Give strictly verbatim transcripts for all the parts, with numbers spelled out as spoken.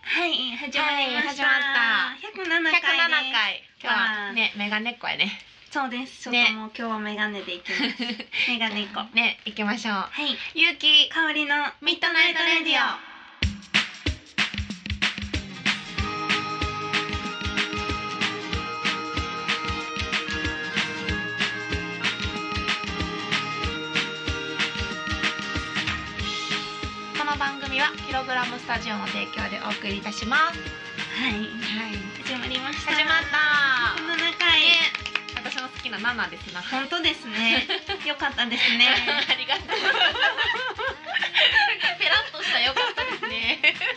はい、始まりました。 はいひゃくななかいです。 ひゃくななかい。今日はね、メガネっ子やね。 そうです。ちょっともう今日はメガネでいきます。メガネっ子。 ね、行きましょう。 はい。 ゆうきかおりのミッドナイトレディオ。この番組はキログラムスタジオの提供でお送りいたします。 はい。 はい。 始まりました。 始まった。 ひゃくななかい。 ね、私の好きなななですな。 本当ですね。よかったですね。 ありがとう。ペラッとしたよかったですね。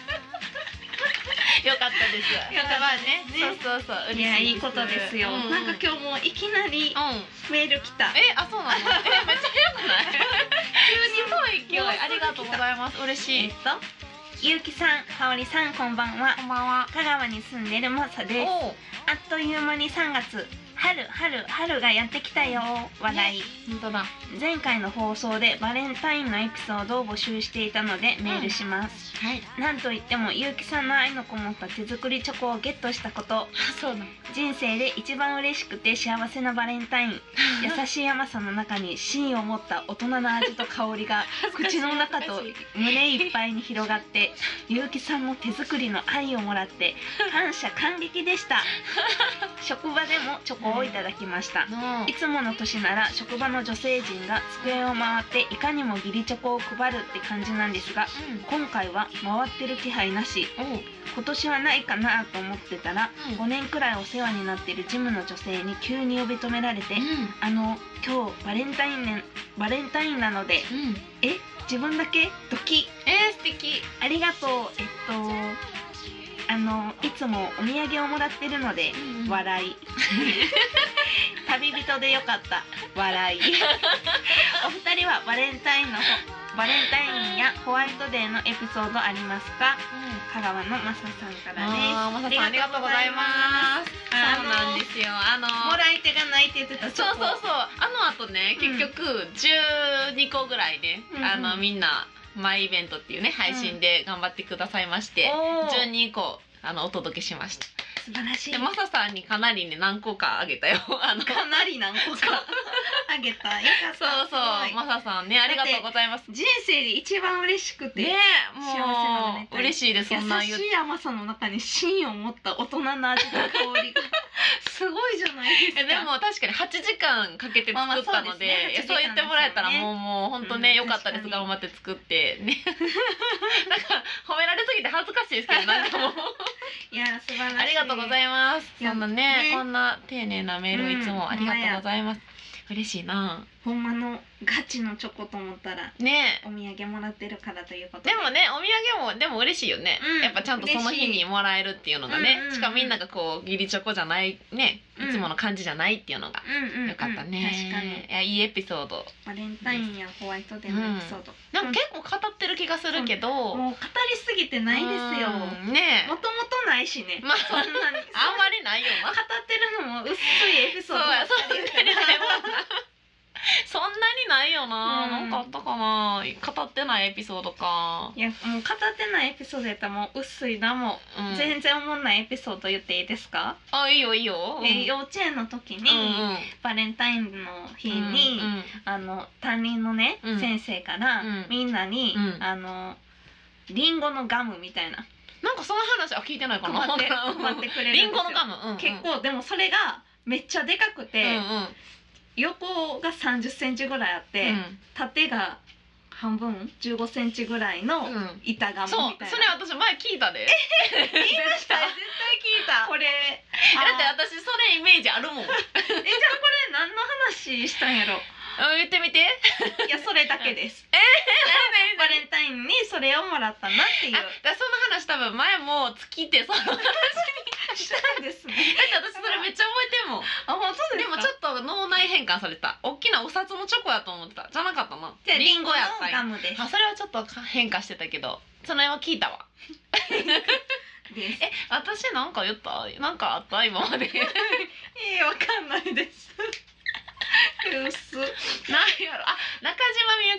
よかったです。 よかったですね。 そうそうそう。 いや、いいことですよ。なんか今日もいきなりメール来た。 え、あ、そうなの？え、めっちゃ早くない？急にすごい勢い。ありがとうございます。嬉しい。 えっと、ゆうきさん、かおりさん、こんばんは。 こんばんは。 香川に住んでるまさです。あっという間にさんがつ。春春春がやってきたよ。笑い。 本当だ。 前回の放送でバレンタインのエピソードを募集していたのでメールします。 はい。 なんといってもゆうきさんの愛のこもった手作りチョコをゲットしたこと。 そうだ。 人生で一番嬉しくて幸せなバレンタイン。優しい甘さの中に芯を持った大人の味と香りが口の中と胸いっぱいに広がって、ゆうきさんの手作りの愛をもらって感謝感激でした。職場でもチョコをいただきました。いつもの年なら職場の女性陣が机を回っていかにも義理チョコを配るって感じなんですが、うん、今回は回ってる気配なし。今年はないかなと思ってたら、うん、ごねんくらいお世話になっているジムの女性に急に呼び止められて、うん、あの今日バレンタインねバレンタインなので、うん、え自分だけドキえー、素敵ありがとう。えっとあのいつもお土産をもらってるので、うん、笑い旅人でよかった笑いお二人はバレンタインのバレンタインやホワイトデーのエピソードありますか？うん、香川のまささんからです。 あまささんありがとうございます。そうなんですよ。あのもらい手がないって言ってた。 そうそうそう。あの後ね、結局じゅうにこぐらいね、うん、あのみんなマイイベントっていうね配信で頑張ってくださいまして、うん、じゅうにこあのお届けしました。 素晴らしい。 でマサさんにかなりね何個かあげたよ。あのかなり何個かあげた。よかった。 そうそうマサさんねありがとうございます。 人生で一番嬉しくてねもう幸せなね嬉しいです。そんな優しい甘さの中に芯を持った大人の味と香りがすごいじゃないですか。 でも確かにはちじかんかけて作ったので、そう言ってもらえたらもうもう本当ね良かったです。頑張って作ってね。なんか褒められすぎて恥ずかしいですけどなんかもういや素晴らしい。 ありがとうございます。そんなねこんな丁寧なメールいつもありがとうございます。嬉しいな。 ほんまのガチのチョコと思ったらねお土産もらってるからということで。 でもねお土産もでも嬉しいよね、うん、やっぱちゃんとその日にもらえるっていうのがね、しかもみんながこう義理チョコじゃないねいつもの感じじゃないっていうのがよかったね。 確かに。 いやいいエピソード。 バレンタインやホワイトデーのエピソード、 うん、なんか結構語ってる気がするけど、 うん、もう語りすぎてないですよ。ねもともとないしね、まあ、そんなにあんまりないよな。 語ってるのも薄いエピソードばっかり言ってるそんなにないよな、うん、なんかあったかな語ってないエピソードか。 いやもう語ってないエピソードやったらもう薄いなも、うん、全然おもんないエピソード言っていいですか？ あいいよいいよ、 うん、え幼稚園の時に、うんうん、バレンタインの日に、うんうん、あの担任のね、うん、先生から、うん、みんなに、うん、あのリンゴのガムみたいななんかその話は聞いてないかな。 配って配ってくれるんですよ。 リンゴのガム、うんうん、 結構でもそれがめっちゃでかくて、うんうん横がさんじゅっセンチぐらいあって、うん、縦が半分じゅうごセンチぐらいの板ガムみたいな、うん、そうそれ私前聞いたで。 え言いました絶対聞いたこれ。 だって私それイメージあるもん。えじゃあこれ何の話したんやろ。 言ってみて。 いやそれだけです。 えー、バレンタインにそれをもらったなっていう。 あだその話多分前も尽きてその話にしたんですね。 だって私それめっちゃ覚えてんもん。 あ本当ですか。 でもちょっと脳内変換された。大きなお札のチョコやと思ってた。じゃなかったな。 リンゴやったんや。ガムです。 あそれはちょっと変化してたけどその辺は聞いたわ。 ですえ私なんか言ったなんかあった今まで。 えわかんないです。薄なんやろあ中島みゆきの シ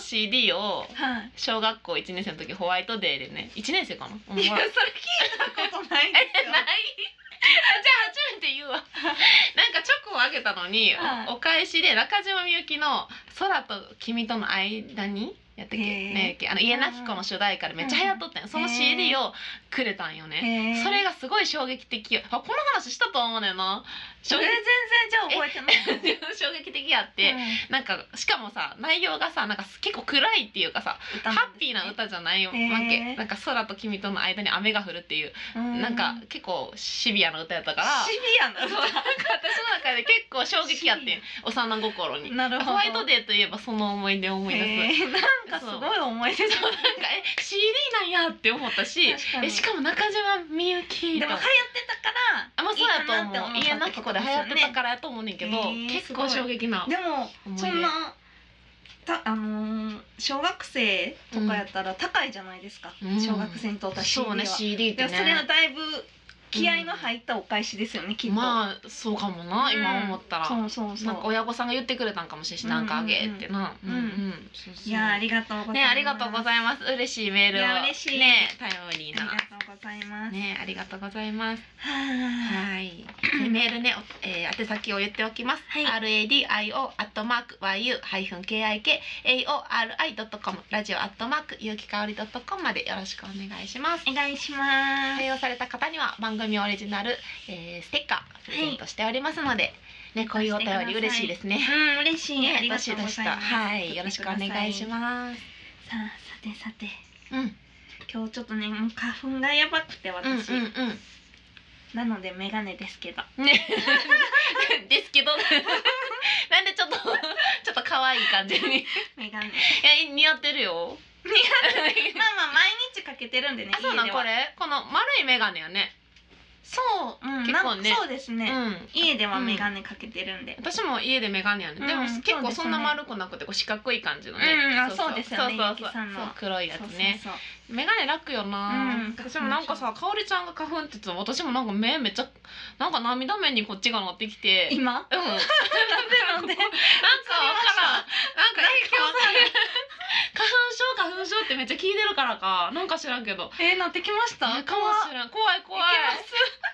シーディー をはい小学校いちねん生の時ホワイトデーでねいちねん生かな、うん、 いやそれ聞いたことないですえよないあじゃあ初めて言うわなんかチョコをあげたのに、 はいお, お返しで中島みゆきの「空と君との間に」やったっけ、 へーねあの家なき子の主題歌でめっちゃ流行っとったんよ、その シーディー をくれたんよね、 へーそれがすごい衝撃的よ。あこの話したと思うねんな。衝撃それ全然じゃあ覚えてない衝撃的やって、なんかしかもさ内容がさなんか結構暗いっていうかさ、 歌ハッピーな歌じゃないわけ、 へーなんか空と君との間に雨が降るっていう、 うんなんか結構シビアな歌やったからシビアなそうなんか私の中で結構衝撃やってん幼心に。 なるほどホワイトデーといえばその思い出を思い出す、 へーなんかすごい思い出だそうなんかえ シーディー なんやって思ったし、 確かにえしかも中島みゆきとでも流行ってたからあまあそうやと思ういいかなって思った家なき子で流行ってたからやと思うねんけど、 へー結構衝撃なでも思い出そんなたあのー小学生とかやったら高いじゃないですか、 うん小学生にとった シーディー は、 そうね シーディー ってねいやそれはだいぶ気合いの入ったお返しですよね、きっと。 まあそうかもな、 うん今思ったらそうそうそう。 なんか親御さんが言ってくれたんかもしれんし、なんかあげってな、 うんうんうんそうそういやありがとうございます。 ねありがとうございます。嬉しいメールをいや嬉しいねタイムリーなありがとうございます。 ねありがとうございます。 はあ。 はい。でメールね、おえー、宛先を言っておきます。 はいアールエーディーアイオー アットマーク ワイユー ハイフン ケーアイケー エーオーアールアイ ドットコム ラジオアットマーク有機香りドットコムまでよろしくお願いします。 お願いします。 採用された方には番組オリジナル、えー、ステッカープレゼントしておりますので、ねこういうお便り嬉しいですね。 うん嬉しい。 ねありがとうございます。 はいよろしくお願いします。 さあさてさてうん今日ちょっとねもう花粉がやばくてうん私、 うんうんなのでメガネですけど。 ねですけどなんでちょっとちょっと可愛い感じにいメガネ。 や似合ってるよ。 まあまあ毎日かけてるんでね。 あそうなん家ではこれこの丸いメガネやね。 そう、うん、 結構ねなんかそうですね、 うん家ではメガネかけてるんで、 私も家でメガネやね、 うんでもうん結構そんなそうですね丸くなくてこう四角い感じのね、 うんあそうですよねそうそうそうゆきさんのそう黒いやつね。 そうそうメガネ楽よな、 うん私もなんかさかおりちゃんが花粉って言ってたの私もなんか目めっちゃなんか涙目にこっちがなってきてそう今うんなんかわなんでからんなんかえ今日花粉症花粉症ってめっちゃ聞いてるからかなんか知らんけどえー、なってきましたえかもしれん怖い怖いいけます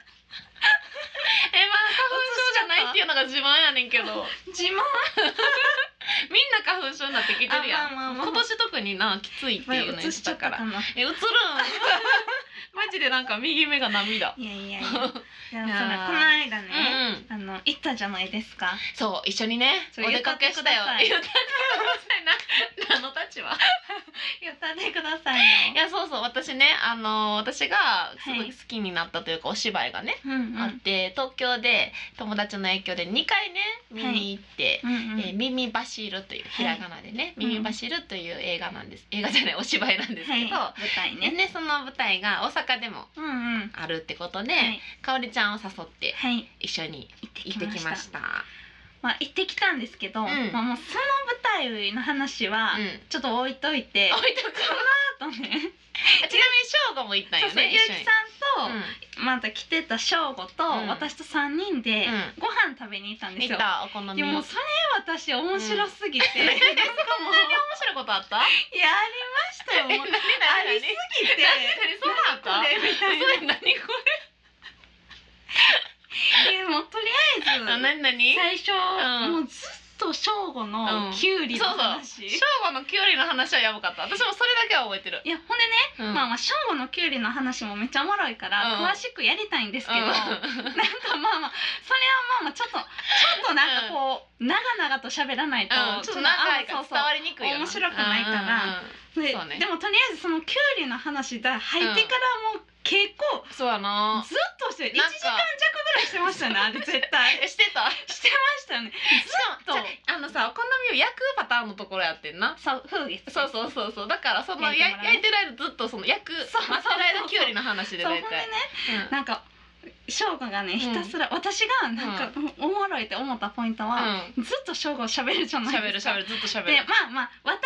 えまあ花粉症じゃないっていうのが自慢やねんけど自慢みんな花粉症になってきてるやん、 あまあまあまあ今年特になきついっていうの言っ映してちゃたからったかなえ映るんマジでなんか右目が涙いやいやいやいやそらこいやーの間うんうね、 んあの行ったじゃないですか。 そう一緒にねそれお出かけしたよ言ってください言ってくださいな何の立場言ったでくださいよ。 いやそうそう私ねあの私がすごい好きになったというか、お芝居がね、 うんうんあって東京で友達の影響でにかいね見に行って、 うんうんえー耳走るというひらがなでね、 はい耳走るという映画なんです映画じゃないお芝居なんですけど、 はい、舞台ね。 でねその舞台が大阪でもうんうん。 あるってことで、 はいかおりちゃんを誘ってはい、 一緒に行って行ってききまし。 ましたた。 まあ行ってきたんですけど、 んまあもうその舞台の話はうんちょっと置いといて、 置いとくあとね、 ちなみに翔吾も行ったんそうそう、 よねゆうきさん一と、 緒にまた来てた翔吾と、 うん私と三人でうんご飯食べに行ったんうんですよ。 行ったお好みいやもうそれ私面白すぎて、 うんなんかもう面白いことあったいやありましたよ。もうありすぎて、 何そうなったこれみたいそれな。 何こいやもうとりあえずれあ何何最初、 んもうずっと翔吾のキュウリの話。 翔吾のキュウリの話はやばかった私もそれだけは覚えてるいやほんでね、 うんまあまあ翔吾のキュウリの話もめっちゃおもろいから、 うん詳しくやりたいんですけど、 うんなんかまあまあそれはまあまあちょっとちょっとなんかこう、長々と喋らないと、 うんちょっと長いからそうそう伝わりにくいよな面白くないからでそうねでもとりあえずそのキュウリの話が入ってからもう結構そうやなずっとしていちなんかじかん弱ぐらいしてましたよねあれ絶対えしてたしてましたよねしかもずっとじゃあのさお好みを焼くパターンのところやってんなそう風月そうそうそうそうだからそのや焼いてもらう焼いてる間ずっとその焼くそう待ってる間キュウリの話でそうほんで大体ねなんか翔吾がねひたすら、私がなんか、おもろいって思ったポイントは、ずっと翔吾喋るじゃうんないですか。 喋る喋るずっと喋るでまあまあ私は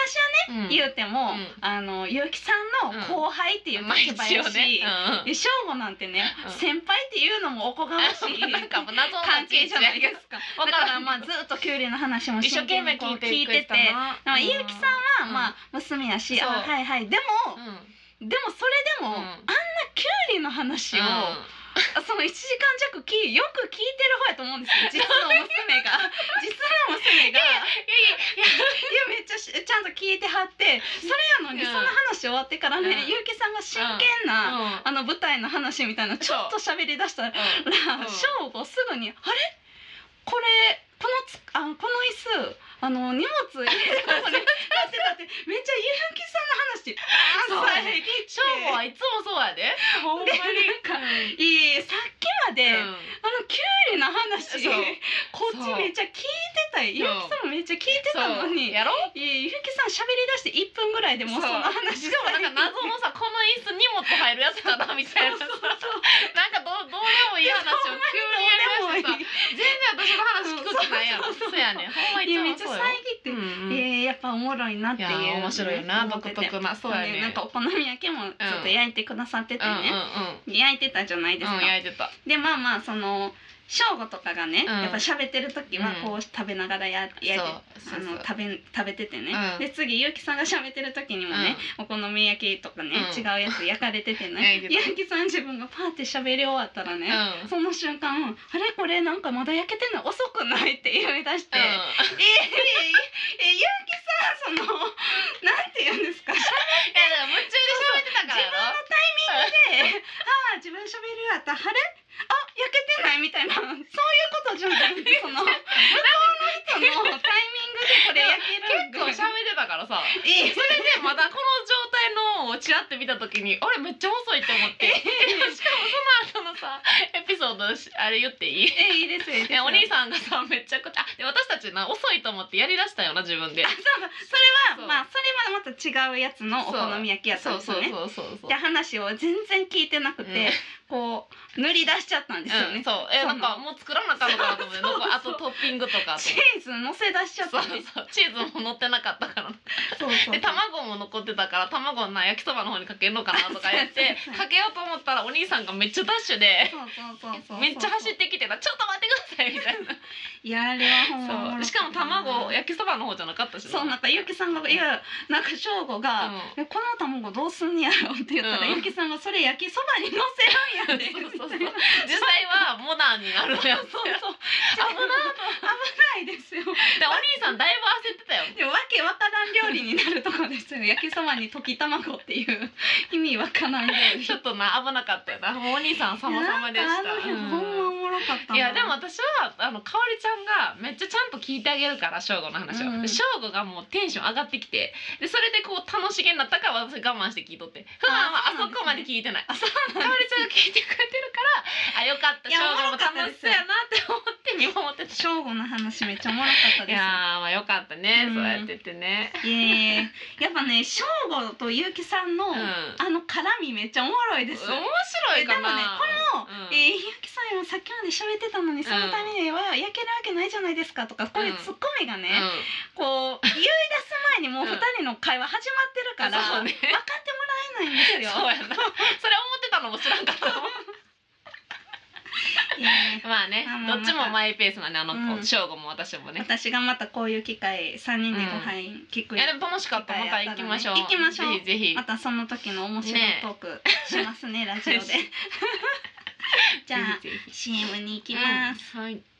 うん言うても、 うんあのゆうきさんの後輩っていうまあ立場やし、 一応ねでしょうごなんてね、 うん先輩っていうのもおこがましいなんかもう謎の関係じゃないですか。 わだからまあずっとキュウリの話も一生懸命こう聞いてくれたなまあゆうきさんはうんまあ娘やし、 そうあはいはいでも、 うんでもそれでも、 うんあんなキュウリの話を、 うんあそのいちじかん弱きよく聞いてる方やと思うんですよ、実の娘が実の娘がいやいやいやめっちゃしちゃんと聞いてはって、それやのに、 うんその話終わってからね、 うんゆうきさんが真剣な、 うんあの舞台の話みたいなちょっと喋り出したら、 うんしょうごすぐに「あれこれこのつあこの椅子あの荷物入れるとこになってた」ってめっちゃゆうきさんの話そうあ遮ってしょうごはいつもそうやでほんまにでなんかいいさっきまで、 うんあのキュウリの話そうこっちめっちゃ聞いてたよ、ゆうきさんもめっちゃ聞いてたのに、 やろいやゆうきさん喋り出していっぷんぐらいでもうその話しかもなんか謎のさこの椅子荷物入るやつかなみたいなさそうそうそうなんかどうどうでもいい話を急にやりだしてさ全然私の話聞く気ないやろそうそうそうそうやねんほんまいいやめっちゃつもそうよ遮って、 うんうんえーやっぱおもろいなっていう、 いや面白いよな思ってて独特なそうやねでなんかお好み焼きもちょっと焼いてくださっててうんうんね、焼いてたじゃないですか、 うんうん焼いてたでまあまあその正午とかがね、 うんやっぱ喋ってる時はうんこう食べながらや焼いて、 そうあそうそうの食べ食べててね、 うんで次ゆうきさんが喋ってる時にもね、お好み焼きとかね、 うん違うやつ焼かれててね、 焼いてたゆうきさん自分がパーって喋り終わったらね、 うんその瞬間「あれこれなんかまだ焼けてんの遅くない?」って言い出して「えうんえええゆうきさんそのなんて言うんですか?」 いやだから夢中で喋ってたからやろで「ああ自分喋るやったあれあ焼けてない?」みたいなそういうことじゃなくてその向こうの人のタイミングでこれ焼ける結構喋ってたからさいいそれでまだこの状態のをチラッて見た時にあれめっちゃ遅いって思ってしかもその後のさエピソードあれ言っていいえいいですよいいですよえお兄さんがさめちゃくちゃあで私たちな遅いと思ってやりだしたよな自分であそうそうそれそうはまあそれはまた違うやつのお好み焼きやったんそうですよねそうそうそうそうで話を全然聞いてなくて、 うんこう塗り出しちゃったんですよね、 うん、そうえそのなんかもう作らなあかんのかなと思ってそうそうなんかあとトッピングとかチーズ乗せ出しちゃっそうたんですそうチーズも乗ってなかったからそうそうで卵も残ってたから卵な焼きそばの方にかけるのかなとか言ってそうそうかけようと思ったらお兄さんがめっちゃダッシュでそうそうそうそうめっちゃ走ってきてたちょっと待ってくださいみたいないやあれはほんまおもろそうしかも卵焼きそばの方じゃなかったしそうなんかゆきさんがいやなんか翔吾が、えこの卵どうすんやろって言ったら、 うんゆきさんがそれ焼きそばにのせるんやでそうそうそうみたいな実際はモダンになるやつそうそう危危ないですよでお兄さんだいぶ焦ってたよでもわけわからん料理になるとこですよ焼きそばに溶き卵っていう意味わからん料理ちょっとな危なかったよなもうお兄さん様々でしたいやなんかあの日ほんまおもろかったないやでも私はあのかおりちゃんがめっちゃちゃんと聞いてあげるから翔吾の話を、 うんで翔吾がもうテンション上がってきてでそれでこう楽しげになったから私我慢して聞いとって普段はあそこまで聞いてないあそうかおりちゃんが聞いてくれてるからあよかったいや翔吾も楽しそうやなって思って見守ってた正午の話めっちゃおもろかったですいやーまあよかったね、 うんそうやっててねいえいえやっぱね正午とゆうきさんの、 うんあの絡みめっちゃおもろいです面白いかなえでもねこの、 うんえー、ゆうきさんよさっきまで喋ってたのにそのためには焼けるわけないじゃないですかとかこういうツッコミがね、こう言い出す前にもう二人の会話始まってるから、 そうね分かってもらえないんですよ。 そうやなそれ思ってたのも知らんかったもんいやねまあねまあまあどっちもマイペースなんであのうん子翔吾も私もね私がまたこういう機会三人でご飯聞くいやでも楽しかったまた行きましょう行きましょうぜひぜひまたその時の面白いトークしますねラジオでじゃあぜひぜひシーエム に行きます、 うんはい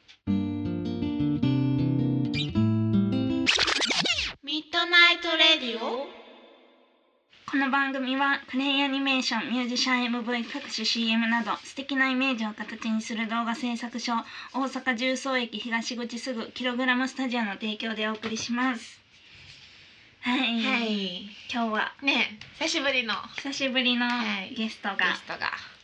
ミッドナイトレディオこの番組はクレイアニメーション、ミュージシャン エムブイ、各種 シーエム など素敵なイメージを形にする動画制作所大阪十三駅東口すぐキログラムスタジオの提供でお送りしますはい、 はい今日はね久しぶりの久しぶりのはいゲストが、 ゲストが来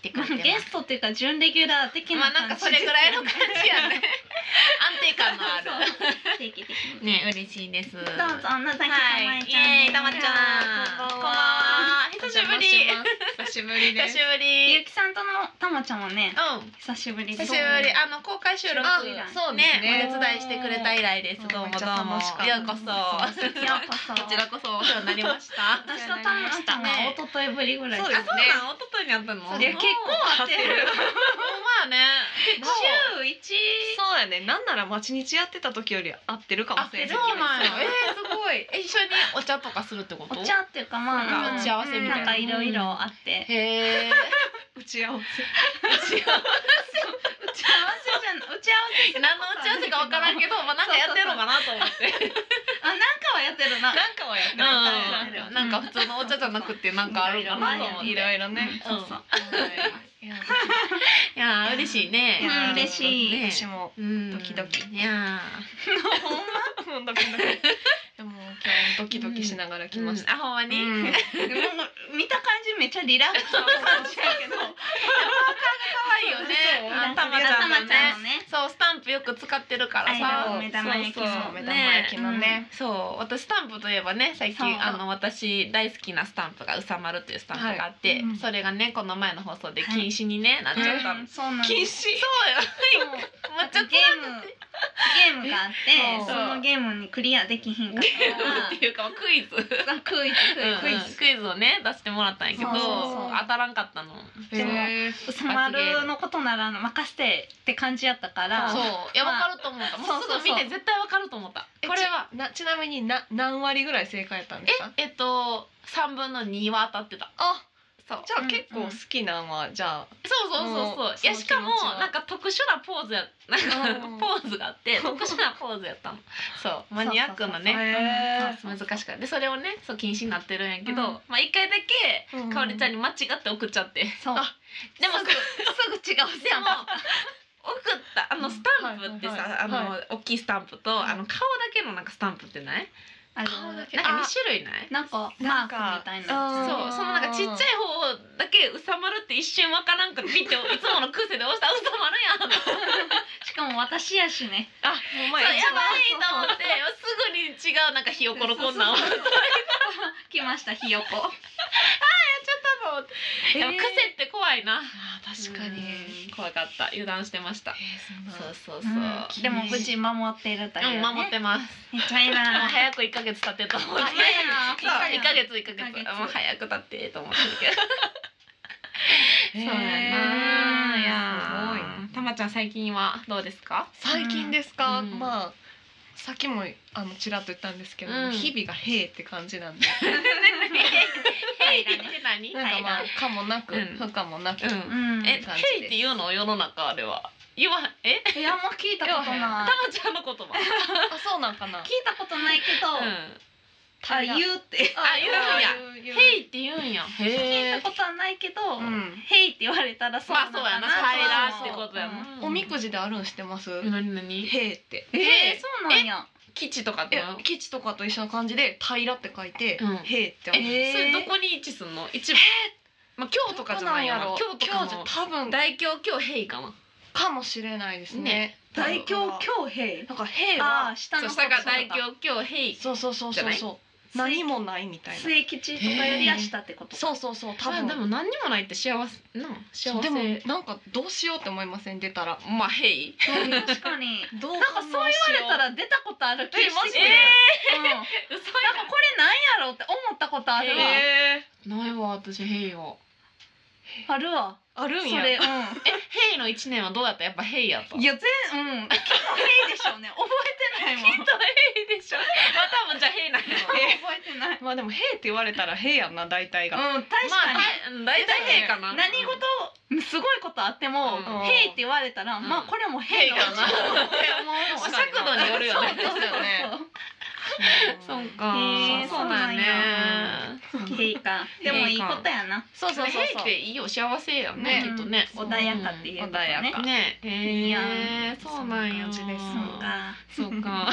してくれてます。 ゲストっていうか準レギュラー的まあなんかそれぐらいの感じやね。安定感のある。 定期的にね、嬉しいです。どうぞ、 どうぞ、あなたきたまえちゃん。 イエーイ、たまちゃん。 こんばんは。 こんばんは。久しぶり。 久しぶりです。 久しぶゆり。 きさんとのたまちゃんはね、 うん。 久しぶり久しぶり。あの公開収録。 あそうですねね、お手伝いしてくれた以来です。どうもどうも。ようこそ。 ようこそ。 こちらこそお世話になりました。 私とたまちゃんは一昨日ぶりぐらい。 そうですねあ、そうなん、一昨日に会ったの。 いや結構会ってる。 ほんまやね。 週一。 そうやね。なんなら町日やってた時より合ってるかもあ、 しれない。 そうなんや。えー、すごい。え、一緒にお茶とかするってこと？ お茶っていうかまあなんか打ち合わせみたいななんかいろいろあって。 へえ。 打ち合わせ。 打ち合わせじゃん、打ち合わせ。 何の打ち合わせかわからんけど、まあなんかやってるのかなと思って。 あ、なんかはやってるな。 なんかはやってる。 うん、なんか普通のお茶じゃなくてなんかあるかなと思って。 いろいろね。 そうそう。 いやいやー嬉しいね。 いや嬉しいね私もうんドキドキいやほんまドキドキ。でも今日ドキドキしながら来ました。 あ、ほんまに。 うんでも見た感じめっちゃリラックスな感じやけど。 可愛いよね。あ、たまちゃんのね。そう、スタンプよく使ってるからさ。 目玉焼きそうそうの目玉焼きのね。 そう、私スタンプといえばね、最そう近あの私大好きなスタンプがうさまるっていうスタンプがあって、 はいうんそれがねこの前の放送で禁止にねなっちゃったの。 そうなんです。 禁止。 そうよ。めっちゃゲームゲームがあって、 そうそのゲームにクリアできひんかったらっていうかクイズ。 クイズクイズクイズクイズをね出してもらったんやけどそうそうそう当たらんかったの。 でもへーうさまるのことなら任せてって感じやったから、 そういやわかると思った。もうすぐ見て絶対わかると思った。これはなちなみにな何割ぐらい正解やったんですか？ ええっと三分の二は当たってた。 あ、 そう。 じゃあ結構好きなんはじゃあ。 そうそうそうそう。いやしかもなんか特殊なポーズやなんかうんポーズがあって特殊なポーズやったの。そうマニアックなね。 へそう難しかった。でそれをねそう禁止になってるんやけど、 うんまあ一回だけうんかおりちゃんに間違って送っちゃって。 そうあでもすぐすぐ違うでも送ったあのスタンプってはいはいさあのは大きいスタンプとはいあの顔だけのなんかスタンプってない？ ある顔だけなんか二種類ない？ なんかマなんかークみたいなそうそのなんかちっちゃい方だけうさまるって一瞬わからんくてピッていつもの癖で押したらうさまるやん。 しかも私やしね。 あ、もうそう前やばいと思ってすぐに違うなんかひよこのこんなんをやっちゃっ来ましたひよこ。 たの。でも癖って怖いな。 あ確かに。 うん怖かった油断してました。そうそうそう。 うんでも無事守っているというね。 うん守ってます。 めっちゃいいもうな。 早く一ヶ月経ってと思って。 あいやいやそう一ヶ月。 月一ヶ月一ヶ月もう早く経ってと思ってるけど。 へーそうやな。いやすごい。 ーたまちゃん最近はどうですか？ 最近ですか？ うんまあさっきもあのちらっと言ったんですけど、 うん日々がへーって感じなんで、 ヘイって何？ なんかまあ可もなくうん不可もなく、 うん。 うん。 え、 感じですヘイって言うの世の中では。言わえ？ いやもう聞いたことたない。 まちゃんの言葉。 あそうなんかな。 聞いたことないけど、 うん。 あ言うってあ言うんや言う言うヘイって言うんや。 聞へえいた。ことはないけど、 うんヘイって言われたらそうまあそうやな。 なのかな。 平そうってことやな。 おみくじであるんしてます？ え何何？ へーって。 えー、そうなんや。 基地とかってえ、基地とかと一緒な感じで平って書いて、 うんへーってある。 え、それどこに位置すんの？一番。まあ京都かじゃないよな。京都か京都も。 多分大京京ヘイかな。 かもしれないですね。 ね大京京平。 なんかへーあはあ下のそうしたら大京京ヘイ。 そうそうそうそうそう何もないみたいな。 末吉とかよりは下ってことか。 そうそうそう多あ分。 でも何にもないって幸せな幸せ。 でもなんかどうしようって思いません出たら。 まあヘイ。 うん確かに。 どうなんかそう言われたら出たことある気してくる。 えうん。なんかこれなんやろうって思ったことあるわ。 へーないわ私ヘイは。 あるわ。 あるんや。 それうん。 えヘイの一年はどうやった？やっぱヘイやった。 いや全うん。きっとヘイでしょうね。覚えてないもん。 きっとヘイでしょ。まあ多分じゃあヘイなんやろ。 覚えてない。 まあでもへーって言われたらへーやんな大体が。 うん確かに。 まあ大体ヘイかな。 何事すごいことあっても、 うんヘイって言われたら、 うんまあこれもヘイのうちヘイかなって思う。 まあ尺度によるよね。 そうそうそうですよねそうか。 へーそうだね。 ヘイか。でもいいことやな。 そうそうそうヘイそう。 っていいよ幸せやねねきっとね。 穏やかっていうことね。 穏やかねいやえー、そうなんや。 そんな感じですそうか。 そうか。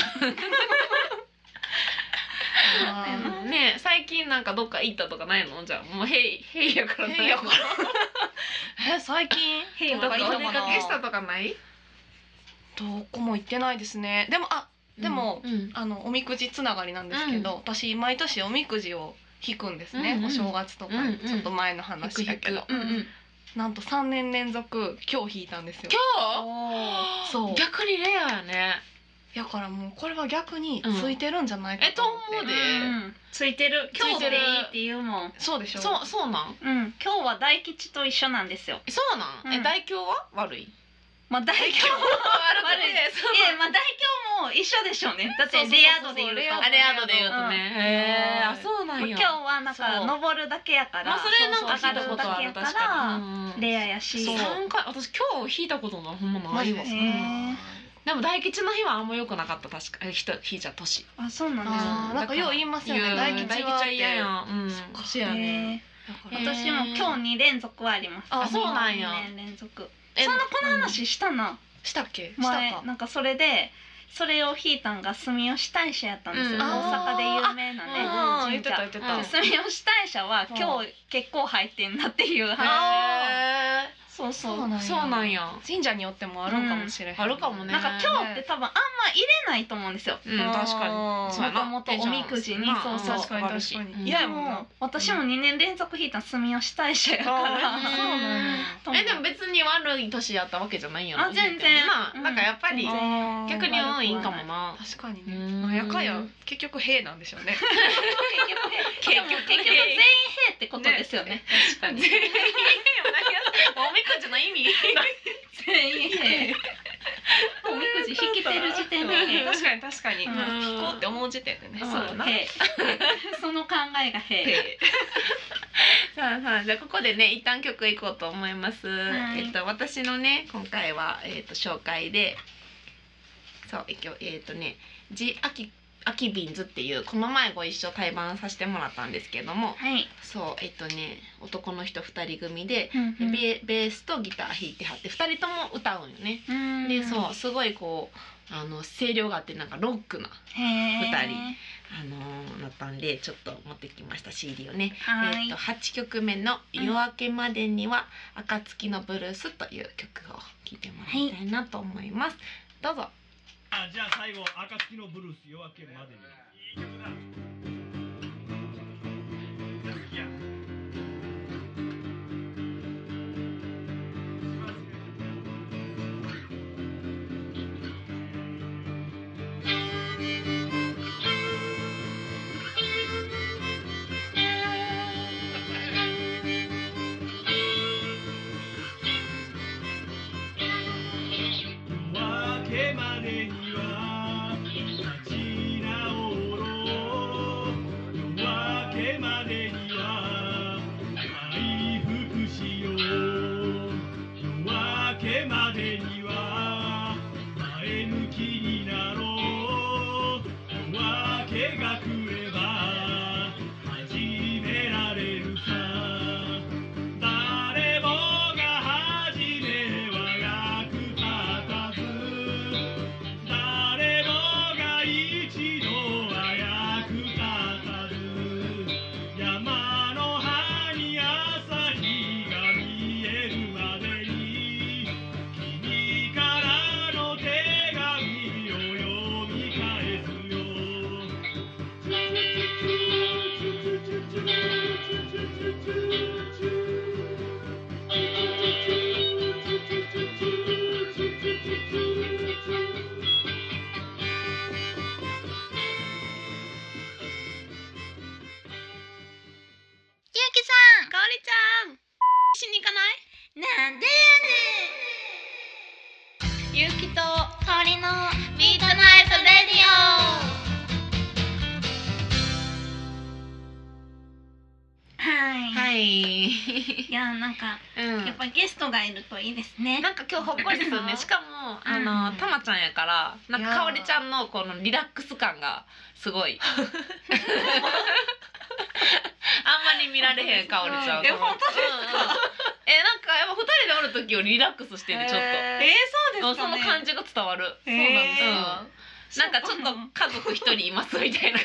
あーねえ最近なんかどっか行ったとかないの？じゃあもうヘイヘイやからないの。 ヘイやかえ最近平和どこおどこ行ったかな出かけしたとかない？ どこも行ってないですね。でもあでも、 うんうんあのおみくじつながりなんですけど、 うん私毎年おみくじを引くんですね、 うんうんお正月とかに、 うんうんちょっと前の話だけど、 うんうんなんとさんねん連続今日引いたんですよ。 今日そう逆にレアやね。 だからもうこれは逆についてるんじゃないかえとと思って、 思うでうんついてる今日でいいって言うもん。 そうでしょ。 そうそうなん？ うん今日は大吉と一緒なんですよ。 そうなん？えうん大凶は悪い？ まあ大凶も悪い。いやまあ大凶も一緒でしょうね。だってそうそうそうレア度で言うと。 レア度あれアドで言うとね。 うんへえ、あそうなんや。 今日はなんかそう登るだけやから、 まあそれなんか上がる聞いたことあだけやかる確からに。 レアやし。 そう三回私今日引いたことないほんまないわ。 マジですへね。 でも大吉の日はあんま良くなかった確か。え人引いちゃ年。 あそうなんですね。 あーなんかよう言いますよね。 言う大吉はって嫌やん。うん。 年やね。だからへー私も今日に連続はあります。 あそうなんやにねん連続。 えそんなこの話したな。 したっけ？したか。 前なんかそれでそれを引いたんが住吉大社やったんですよ。 うん大阪で有名なねあー言ってた神社。 言ってた。 うん住吉大社は今日結構入ってんなっていう話。 あそうそう。 そうなんや。 そうなんや。 神社によってもあるんかもしれへん。 あるかもね。 なんか今日って多分あんま入れないと思うんですよ。 うん確かあーに。そうやなもともとおみくじにまあそうそう確かに確かにうん嫌やもんなもう私もにねん連続引いた住吉大社やから。 あーそうなんやと思うえでも別に悪い年やったわけじゃないんやろ。 あ全然うんまあなんかやっぱり全然あー逆に運いいんかもな。 確かにうんね。なんやかんや結局兵なんでしょうね。 結局結局全員兵ってことですよね。 確かに。 全員おみくじの意味。 全員兵。おみくじ引けてる時点で兵。 確かに確かに。 うん聞こうって思う時点でね。 うんそう兵。その考えが兵。 兵。 さあさあじゃあここでね一旦曲いこうと思います。 はいえっと私のね今回はえっと紹介で、そうえっとえっとねジアキアキビンズっていうこの前ご一緒対バンさせてもらったんですけれども、 はい。 そうえっとね男の人ふたり組で、 うんベベースとギター弾いてはってふたりとも歌うんよね。 うんでそうすごいこうあの声量があってなんかロックなへーふたりあのーなったんでちょっと持ってきました シーディー をね。 はいえー、とはちきょくめの「夜明けまでには暁のブルース」という曲を聴いてもらいたいなと思います。どうぞ。 あ、じゃあ最後暁のブルース夜明けまでにいい曲だ。いや夜明けまでには立ち直ろう。夜明けまでには回復しよう。夜明けまでには前向きになろう。夜明けが来れば始められるさ。誰もが初めは役立たず、誰もが一度は役立たず、山の葉に朝日が見えるまでに君からの手紙を読み返すよ。 ゆうきさん、 かおりちゃんしに行かない？ なんでゆうきとやねん。香りのミートナイトレディはい。 オ。はい。 いやなんかうんやっぱゲストがいるといいですね。 なんか今日ほっこりするね。しかもあの、 うんたまちゃんやからなんかいやーかおりちゃんのこのリラックス感がすごい。あんまり見られへんかおりちゃん。 え本当ですかうんうんえなんかやっぱ二人でおる時よりリラックスしてるちょっと。 へえー、そうですかね。 その感じが伝わる。 そうなんですへか。 なんかちょっと家族一人いますみたいな。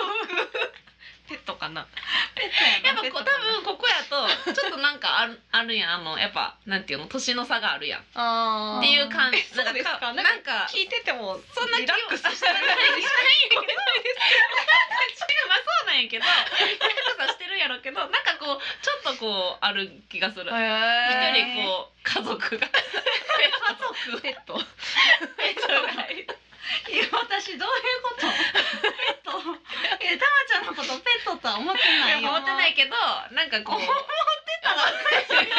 ペットかな。 ペットやなやっぱこう多分ここやとちょっとなんかあるあるるやん、あのやっぱなんていうの年の差があるやんっあーていう感じ。 そうですか。 なんかなんか聞いててもそんなリラックスしてない。 まあそうなんやけど、リラックスはしてるやろうけど、なんかこうちょっとこうある気がする。一へ人こう家族がーペット。 ペットがいる。 いや私どういうこと？ペット？えたまちゃんのことペットとは思ってないよ。 思ってないけど、なんかこう思ってたらどんなどういう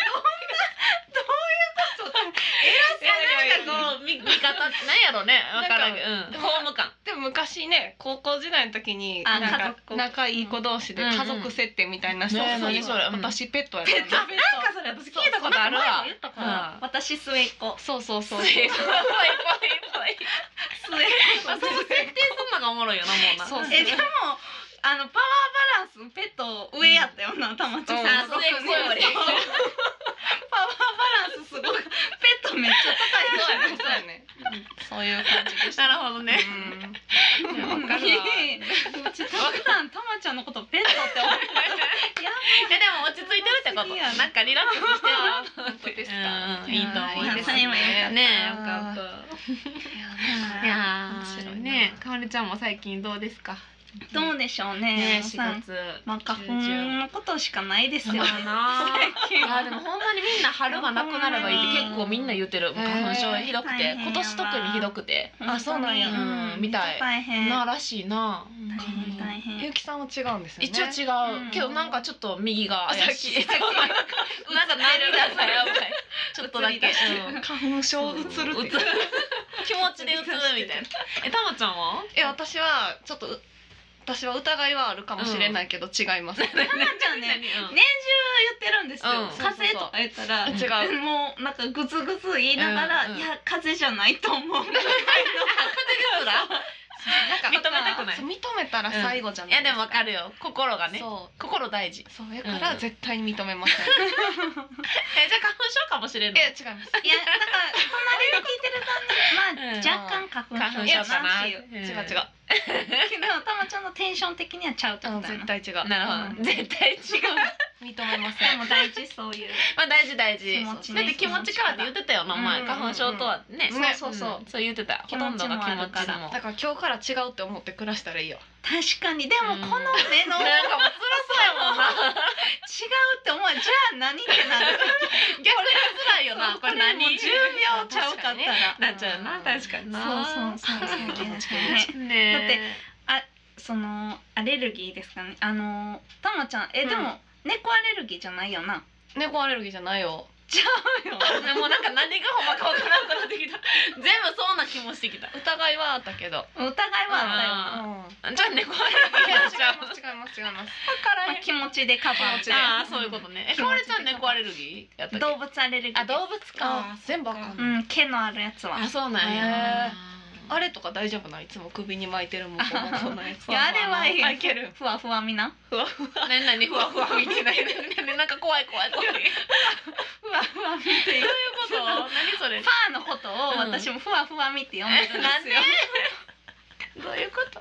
こと？ えなんかこう見見方なんやろね、わからんけど、うん、ホーム感。 でも昔ね高校時代の時にあなんか家族仲いい子同士で家族設定みたいな人うんうんねえ何それ私ペットやったペットの。 ペット。 なんかそれ私聞いたことあるわ。 なんか前も言ったかな。 うん私末っ子。 そうそうそう。 ぽいぽいぽいぽい。 末っあ、その設定そんながおもろいよな、もうな。 そう子。えでもあのパワーバランスペット上やったよな、たまちゃん。 うんあ、末っ子より。 パワーバランスすごい。ペットめっちゃ高いそうやね。そうやね。そういう感じでした。 なるほどね。 うん。 いやわかるわ。 いやいやうち普段たまちゃんのことペットって思ってた。いやえでも落ち着いてるってこと。なんかリラックスしてるわ。 本当ですか。 うん、いいと思いますいいですねね。よかった。いや面白いなーね、かおりちゃんも最近どうですか。 どうでしょうね。 ね、 もうさしがつ。 まあ花粉のことしかないですよ。 まあな最近はあでもほんまにみんな春がなくなればいいって結構みんな言ってる。花粉症ひどくて、 へー今年特にひどくて。 あそうなんやうんみたい大変。 ならしいな。 大変大変。 ゆうきさんは違うんですよね。 一応違うんうけどなんかちょっと右が怪しい。 さっきなんか涙がやばい。ちょっとだけ。うん花粉症うつるって。 気持ちでうつるみたいな。え、たまちゃんは？ え私はちょっと私は疑いはあるかもしれないけど違います。 たまちゃんね、年中言ってるんですよ。 うん風邪とか言ったら、 違うもうなんかグツグツ言いながら、 うんうんいや風邪じゃないと思う。 風ですら？ なんか認めたくないそう認めたら最後じゃないいやでもわかるよ。心がね。 そう心大事。 そうやから絶対に認めません。 え、じゃあ花粉症かもしれんの？ え違います。 いやなんか隣で聞いてる感じ、まあ、 うん若干花粉花粉症症かな。 っていう。 うん違う違う。 けどたまちゃんのテンション的にはちゃうってうんことやな。 絶対違う。 なるほど。 うん絶対違う。 認めません。 でも大事そういう。 まあ大事大事。 気持ちねだって気持ちからって言ってたよな前。 うん花粉症とはね。 そうそうそうんそう言ってた。ほとんどが気持ちも。 だから今日から違うって思って暮らしたらいいよ。 確かにでもこの目の、 なんかもう辛そうやもんな。 違うって思う。じゃあ何ってなる。 逆に辛いよな。これ何？ もうじゅうびょうちゃうかったら。 なっちゃうな確かにな。 そうそうそうそう。ねね。 だってそのアレルギーですかね。あのたまちゃんえでも、猫アレルギーじゃないよな。 猫アレルギーじゃないよ。 ちゃうよ。 でもなんか何がほんまかわからんくなってきた。全部そうな気もしてきた。 疑いはあったけど。 疑いはあったよな。 うん。 じゃあ猫アレルギーちゃう。 違います違います。 まあ、気持ちでカバーして。 ああそういうことね。え、かおりちゃん猫アレルギーやったっけ？ 動物アレルギー。 あ動物か。 あ全部わかんうない。 ん毛のあるやつは。 あそうなんへや。 あれとか大丈夫な？いつも首に巻いてるもこもこのやつ。 いやあれはいいよあいける。 ふわふわみな。 ふわふわ。 何何ふわふわ見てない。なんか怖い怖い怖い。どういうふわふわみっていう。 こと？何それ？ ファーのことを私もふわふわみって呼んでるんですよ。 なんでどういうこと？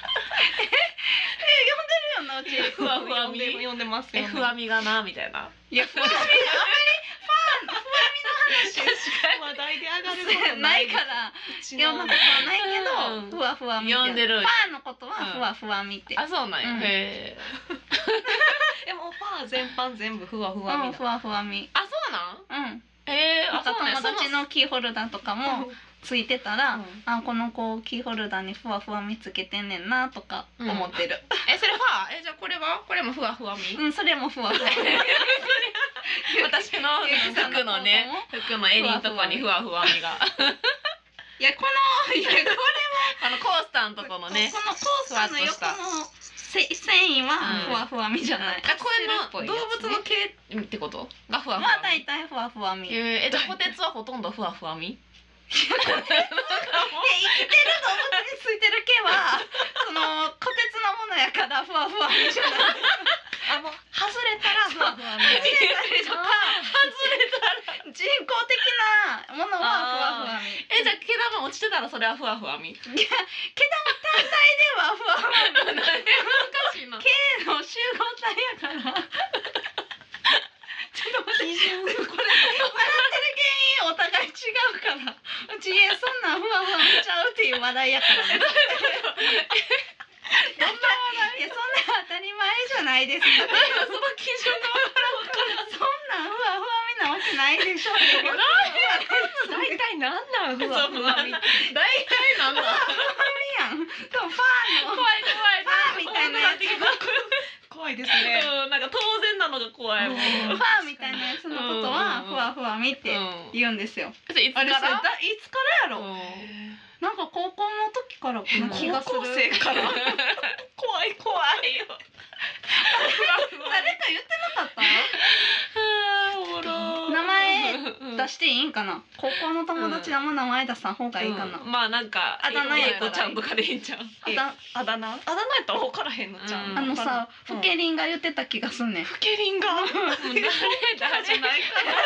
呼んでるよなうち。 ふわふわみ。 呼んでますえよ。 ふわみがなみたいな。 いやふわみあんまりファーのふわみの話話題で上がることないからうち読んだことはないけど、 うんふわふわみって呼んでるファーのことはふわふわみって。 あそうなんや。 うんへえ。 でもファー全般全部ふわふわみうんふわふわみ。 あそうなん？ うん。 ええあなんかそうなんや。 友達のキーホルダーとかもついてたら、 うんあこの子キーホルダーにふわふわみつけてんねんなとか思ってる。 えそれファー？えじゃあこれはこれもふわふわみ？ うん、それもふわふわ。 私の服のね服の襟のとこにふわふわみが。 いやこのいやこれあのコースターのとこのね。 このコースターの横のせ繊維はふわふわみじゃない。 あこれの動物の毛ってことがふわふわまあ大体ふわふわみ。 えー、えじゃあ虎鉄はほとんどふわふわみ？ で生きてる動物についてる毛はその虎鉄のものやからふわふわみじゃない。 あもう外れたらふわふわみ外れたりとか外れたら人工的なものはふわふわみ。 えじゃあ毛玉落ちてたらそれはふわふわみ？ いや毛玉単体ではふわふわみ。 難しいな。 毛の集合体やから。ちょっと待って。 基準ちそんなんふわふわ見ちゃうっていう話題やからね。どんな話題？いやそんな当たり前じゃないですか。その基準がわからん。そんなんふわふわみなわけないでしょ。 大体なんなんふわふわみたい大体なんだ。 やん。でもファーの怖い怖い。 ファーみたいなやつ。 怖いですね。 うん、なんか当然なのが怖いもん。 ファーみたいなやつのことはふわふわみって言うんですよ。 いつかあれそれら？ だいつからやろ。 うんなんか高校の時からこの気がする。 高校生から怖い怖いよ。 誰か言ってなかった？ おもろ。 名前うん出していいんかな。高校の友達はもう名前出さん方がいいかな。 うんまあなんかあだ名やえいこちゃんとかでいいんちゃう？ あだあだ名あだ名やったら分からへんのじゃん。 うんあのさ、 うんふけりんが言ってた気がすんねん。 ふけりんが誰誰じゃないかな。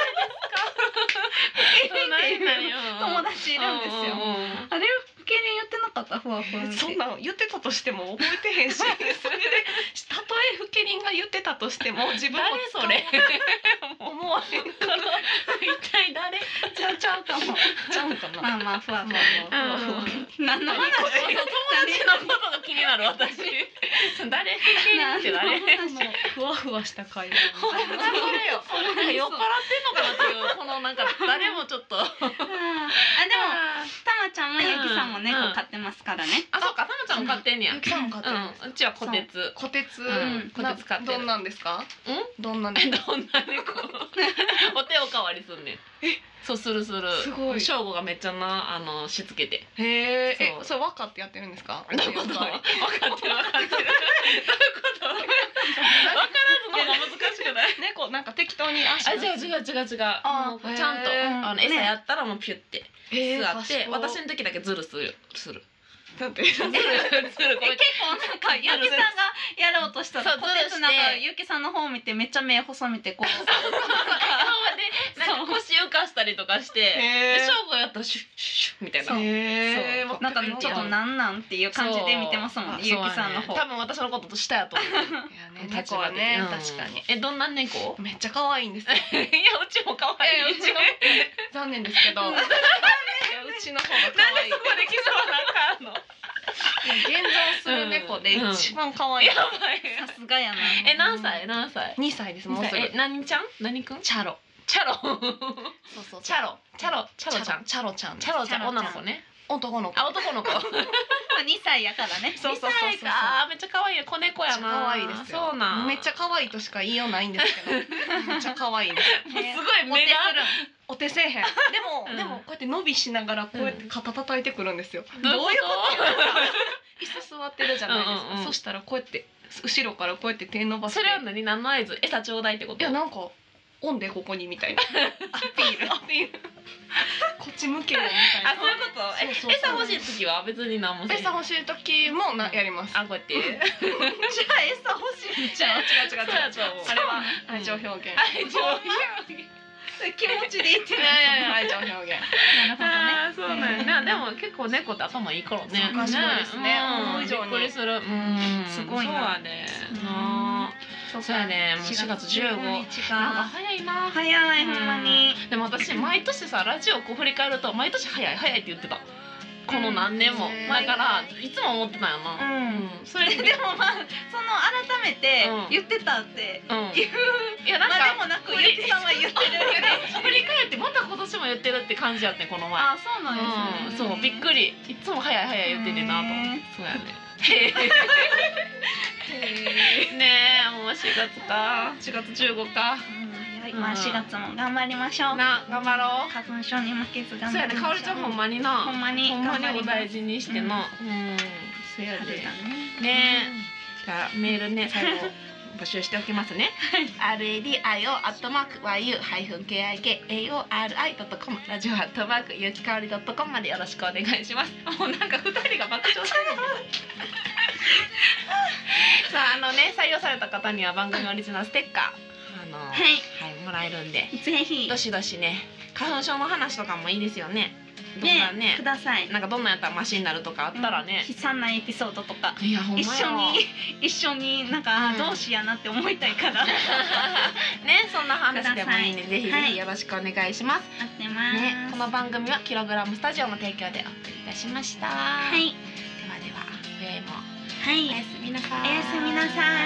何何友達いるんですよ。あれふけりん言ってなかったふわふわって。 そんなん言ってたとしても覚えてへんし、それでたとえふけりんが言ってたとしても自分も誰それ？ 思わへんから一体誰？ ちゃうちゃうかも。 ちゃうんかな。 まあまあふわふわ。 うん何の話？ そう友達のことが気になる私。誰？って誰？ ふわふわした会話。 それよ。なんか酔っ払ってんのかなっていうこのなんか誰もちょっと。ああでもたまちゃんもゆきさんも猫飼ってますからね。 あそうかたまちゃんも飼ってんねや。 ゆきさんも飼ってるんですか。 うんうちはこてつ。 こてつ、 うんなこてつ飼ってるどんなんですか？ うん？ どんなんですか？ どんな猫？お手おかわりすんねん。そうするする。 すごいしょうごがめっちゃなあのしつけて。 へえ、えそう、 それ分かってやってるんですか？ どういうこと？分かってる分かってる。どういうこと？分からずの方が難しくない？ 猫なんか適当に足あ違う違う違う違う。 あもうちゃんとへーあの餌やったらもうピュってえー座って賢い私の時だけズルするする。 なんてズルズルこれえ結構なんかゆきさんがやろうとしたらそうこてつなんかずるしてゆきさんの方見てめっちゃ目細めてこう。 でなんか腰浮かしたりとかして、 へーでしょうごやったらシュッシュッみたいな。 そうへえ、 そうなんかちょっとなんなんっていう感じで見てますもんねゆきさんの方。 多分私のことと下やと思う。 いやね、猫はね、 うん確かにえどんな猫？ めっちゃ可愛いんですよ。 いやうちも可愛い。 えうちの残念ですけど、いやうちの方が可愛い。 なんでそこできそうなんかあんの？ 現存する猫で一番可愛い。 やばい。 さすがやな。 え何歳何歳？ にさいです。もうすぐ。 え何ちゃん？何くん？ チャロ。 チャロ。 そうそう。 チャロ。チャロ。チャロちゃん。 チャロちゃん。 チャロちゃんチャロちゃん女の子ね。 男の子。 あ男の子。 にさいやからね。 そうそうそうそうにさいかめっちゃ可愛い子猫やな。 可愛いですよ。 そうなん。 めっちゃ可愛いとしか言いようないんですけど、めっちゃ可愛いです。 すごい目が。 お手せえへん。でも、 うんでもこうやって伸びしながらこうやって肩叩いてくるんですよ。 どういうこと？ 椅子座ってるじゃないですか。 うんうんうんそしたらこうやって後ろからこうやって手伸ばして。 それは何何の合図？餌ちょうだいってこと？ いやなんかオンでここにみたいな。アピールアピール。こっち向けよみたいな。 あそういうこと？えそうそうそう餌欲しい時は別に何もせえへん。 餌欲しい時もなやります。 あこうやって。 じゃあ餌欲しいじゃん。 違う違う違う違う。あれはうん愛情表現。 愛情表現。 気持ちで言っていない。 やいやいや愛情表現。 なるほどね。 あーそうなんやね。でも結構猫って頭いいからね。 そう賢いですねうん思う以上にびっくりする。うん。 すごいなそうやね。 うんなあそうやね。もうしがつじゅうご。なん日かが早いな。 早いほんまに。 でも私毎年さラジオこう振り返ると毎年早い早いって言ってた。この何年も。 うんだからいつも思ってたような。 ん。 それででもまあその改めてうん言ってたってうん。 いういやなんかまでもなくゆきさんは言ってるよね。 振り返ってまた今年も言ってるって感じやってんこの前。 あそうなんうん、 ですね。 そうびっくりいつも早い早い言ってんねんなと思ってへーそうやねねえもうしがつかしがつじゅうごかうん早いまあしがつも頑張りましょう。 な頑張ろう花粉症に負けず頑そうやね張りましょう。 かおりちゃんほんまになほんまにほんまにお頑張ります大事にしてなうんそうやで春だね。 ねえじゃあメールね最後募集しておきますね アールエーディーアイオー アットマーク ワイユー ハイフン ケーアイケーエーオーアールアイ ドットコムラジオアットマークゆきかおり ドットコム までよろしくお願いしますもうなんかふたりが爆笑してるさああのね採用された方には番組オリジナルステッカーあのはいはいもらえるんでぜひどしどしね花粉症の話とかもいいですよねどんなねください。 なんかどんなんやったらマシになるとかあったらね、 悲惨なエピソードとかいやほんまよ一緒に一緒になんか、 うんどうしやなって思いたいからねそんな話でもいいんで、 くださいぜひぜはいひよろしくお願いします。 待ってます。 ね、この番組はキログラムスタジオの提供でお送りいたしました。 はいではでは、今宵もはいおやすみなさい。 おやすみなさい。